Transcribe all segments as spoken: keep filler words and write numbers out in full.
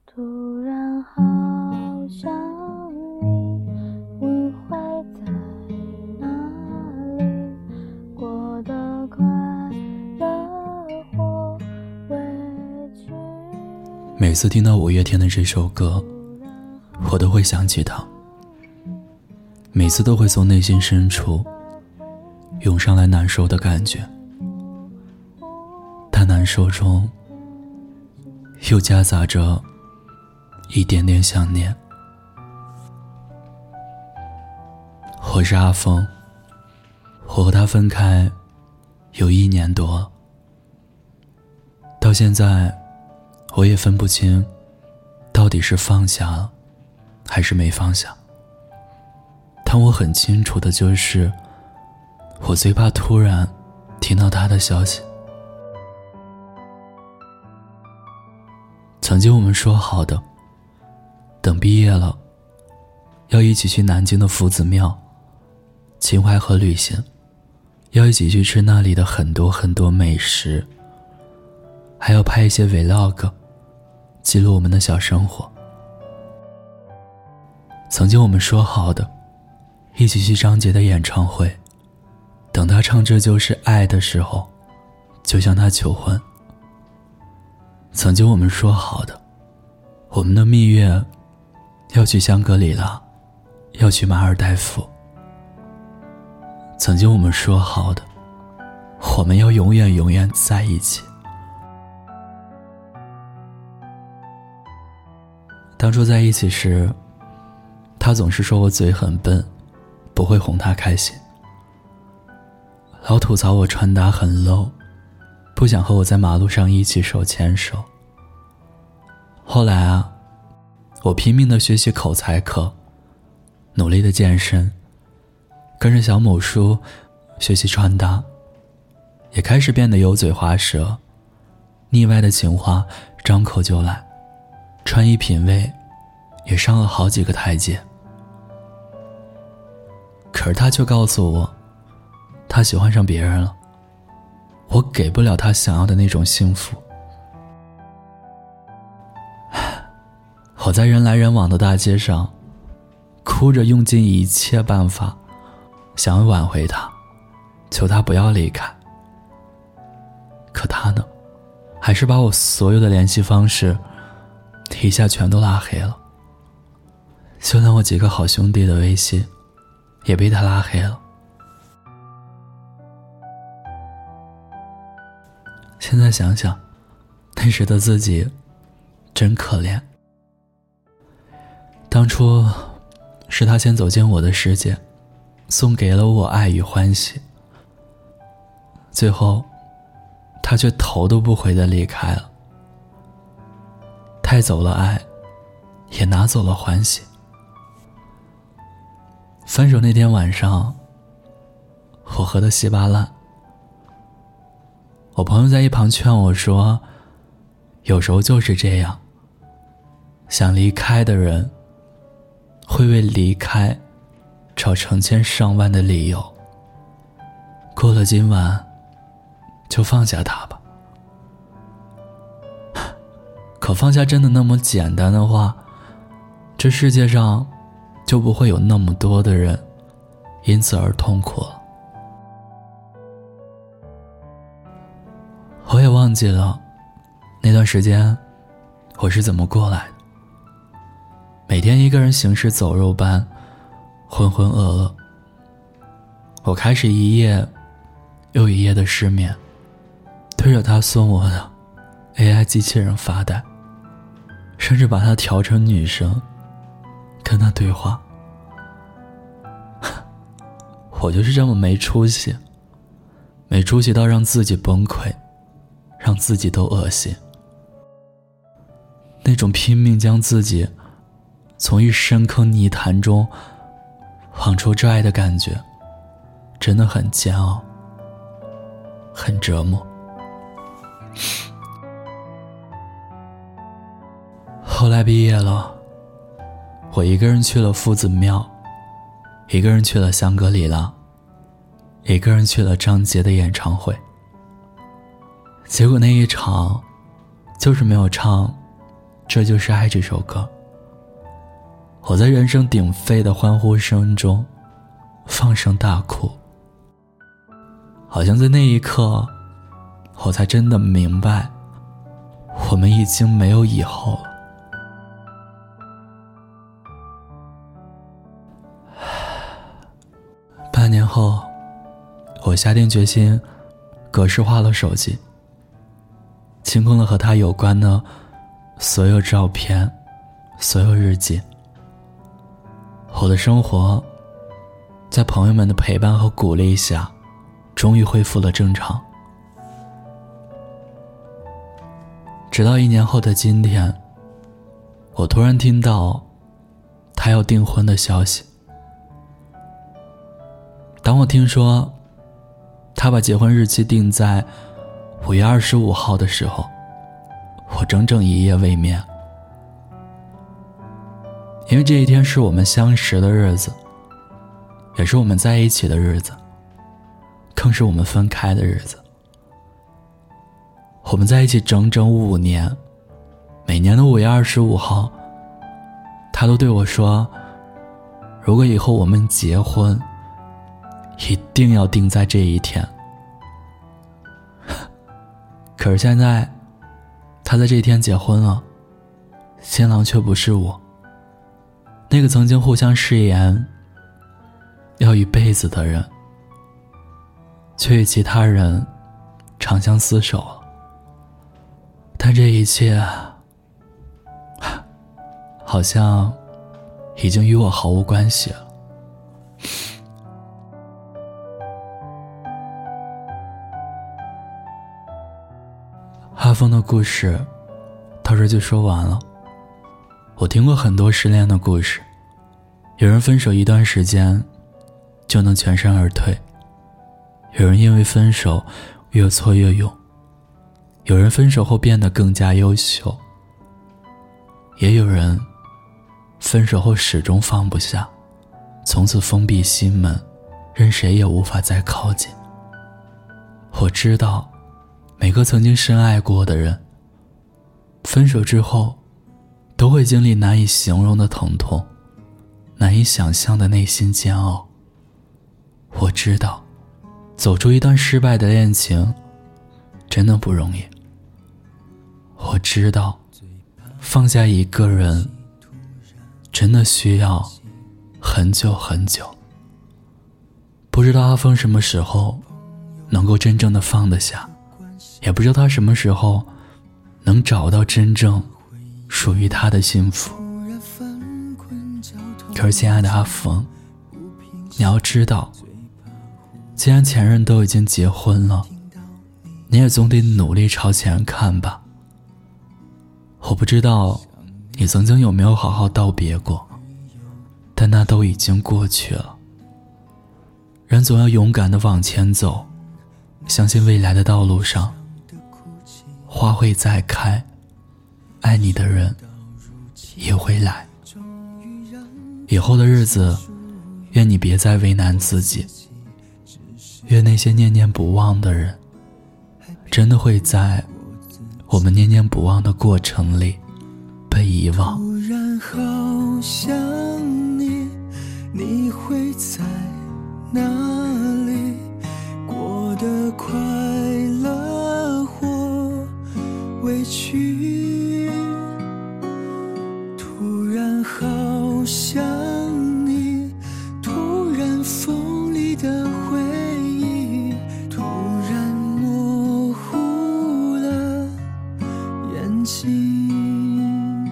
突然好想你，你会在哪里？过得快乐或委屈。 每次听到五月天的这首歌，我都会想起他，每次都会从内心深处涌上来难受的感觉，但难受中又夹杂着一点点想念。我是阿峰，我和他分开有一年多了，到现在我也分不清到底是放下了还是没放下。但我很清楚的就是，我最怕突然听到他的消息。曾经我们说好的，等毕业了要一起去南京的夫子庙、秦淮河旅行，要一起去吃那里的很多很多美食，还要拍一些 vlog 记录我们的小生活。曾经我们说好的一起去张杰的演唱会，等他唱这就是爱的时候就向他求婚。曾经我们说好的，我们的蜜月要去香格里拉，要去马尔代夫。曾经我们说好的，我们要永远永远在一起。当初在一起时，他总是说我嘴很笨，不会哄他开心，老吐槽我穿搭很 low， 不想和我在马路上一起手牵手。后来啊，我拼命地学习口才课，努力地健身，跟着小某书学习穿搭，也开始变得油嘴滑舌，腻歪的情话张口就来，穿衣品味也上了好几个台阶。可是他却告诉我，他喜欢上别人了，我给不了他想要的那种幸福。我在人来人往的大街上，哭着用尽一切办法想要挽回他，求他不要离开。可他呢，还是把我所有的联系方式一下全都拉黑了，就连我几个好兄弟的微信也被他拉黑了。现在想想，那时的自己真可怜。当初是他先走进我的世界，送给了我爱与欢喜，最后他却头都不回地离开了，带走了爱，也拿走了欢喜。分手那天晚上，我喝得稀巴烂，我朋友在一旁劝我说，有时候就是这样，想离开的人会为离开找成千上万的理由，过了今晚就放下他吧。可放下真的那么简单的话，这世界上就不会有那么多的人因此而痛苦了。我也忘记了那段时间我是怎么过来的，每天一个人行尸走肉般浑浑噩噩。我开始一夜又一夜的失眠，对着他送我的 A I 机器人发呆，甚至把它调成女生跟他对话。我就是这么没出息，没出息到让自己崩溃，让自己都恶心。那种拼命将自己从一深坑泥潭中往出拽的感觉，真的很煎熬，很折磨。后来毕业了，我一个人去了夫子庙，一个人去了香格里拉，一个人去了张杰的演唱会。结果那一场就是没有唱这就是爱这首歌。我在人声鼎沸的欢呼声中放声大哭，好像在那一刻我才真的明白，我们已经没有以后了。半年后，我下定决心格式化了手机，清空了和他有关的所有照片，所有日记。我的生活在朋友们的陪伴和鼓励下终于恢复了正常。直到一年后的今天，我突然听到他要订婚的消息。当我听说他把结婚日期定在五月二十五号的时候，我整整一夜未眠。因为这一天是我们相识的日子，也是我们在一起的日子，更是我们分开的日子。我们在一起整整五年，每年的五月二十五号，他都对我说，如果以后我们结婚，一定要定在这一天。可是现在，他在这一天结婚了，新郎却不是我。那个曾经互相誓言要一辈子的人，却与其他人长相厮守了。但这一切好像已经与我毫无关系了。阿峰的故事到这就说完了。我听过很多失恋的故事，有人分手一段时间就能全身而退，有人因为分手越挫越勇，有人分手后变得更加优秀，也有人分手后始终放不下，从此封闭心门，任谁也无法再靠近。我知道每个曾经深爱过的人，分手之后都会经历难以形容的疼痛，难以想象的内心煎熬。我知道走出一段失败的恋情真的不容易。我知道放下一个人真的需要很久很久。不知道阿峰什么时候能够真正的放得下，也不知道他什么时候能找到真正属于他的幸福。可是亲爱的阿峰，你要知道，既然前任都已经结婚了，你也总得努力朝前看吧。我不知道你曾经有没有好好道别过，但那都已经过去了。人总要勇敢地往前走，相信未来的道路上花会再开，爱你的人也会来。以后的日子，愿你别再为难自己，愿那些念念不忘的人真的会在我们念念不忘的过程里被遗忘。 突然好想你，你会在哪里？过得快乐或委屈？突然好想你，突然锋利的回忆，突然模糊了眼睛。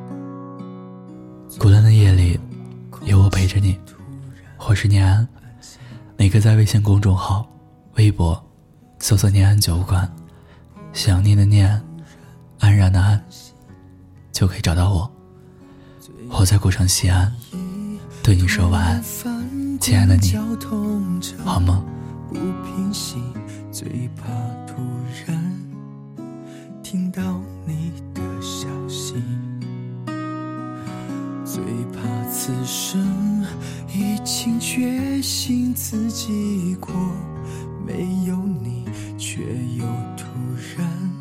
孤单的夜里有我陪着你，我是念安。你可以在微信公众号、微博搜索念安酒馆，想念的念，安然的安，就可以找到我。我在古城西安对你说晚安，亲爱的你，好梦。 不平息，最怕突然听到你的消息，最怕此生已经决心自己过，没有你却又突然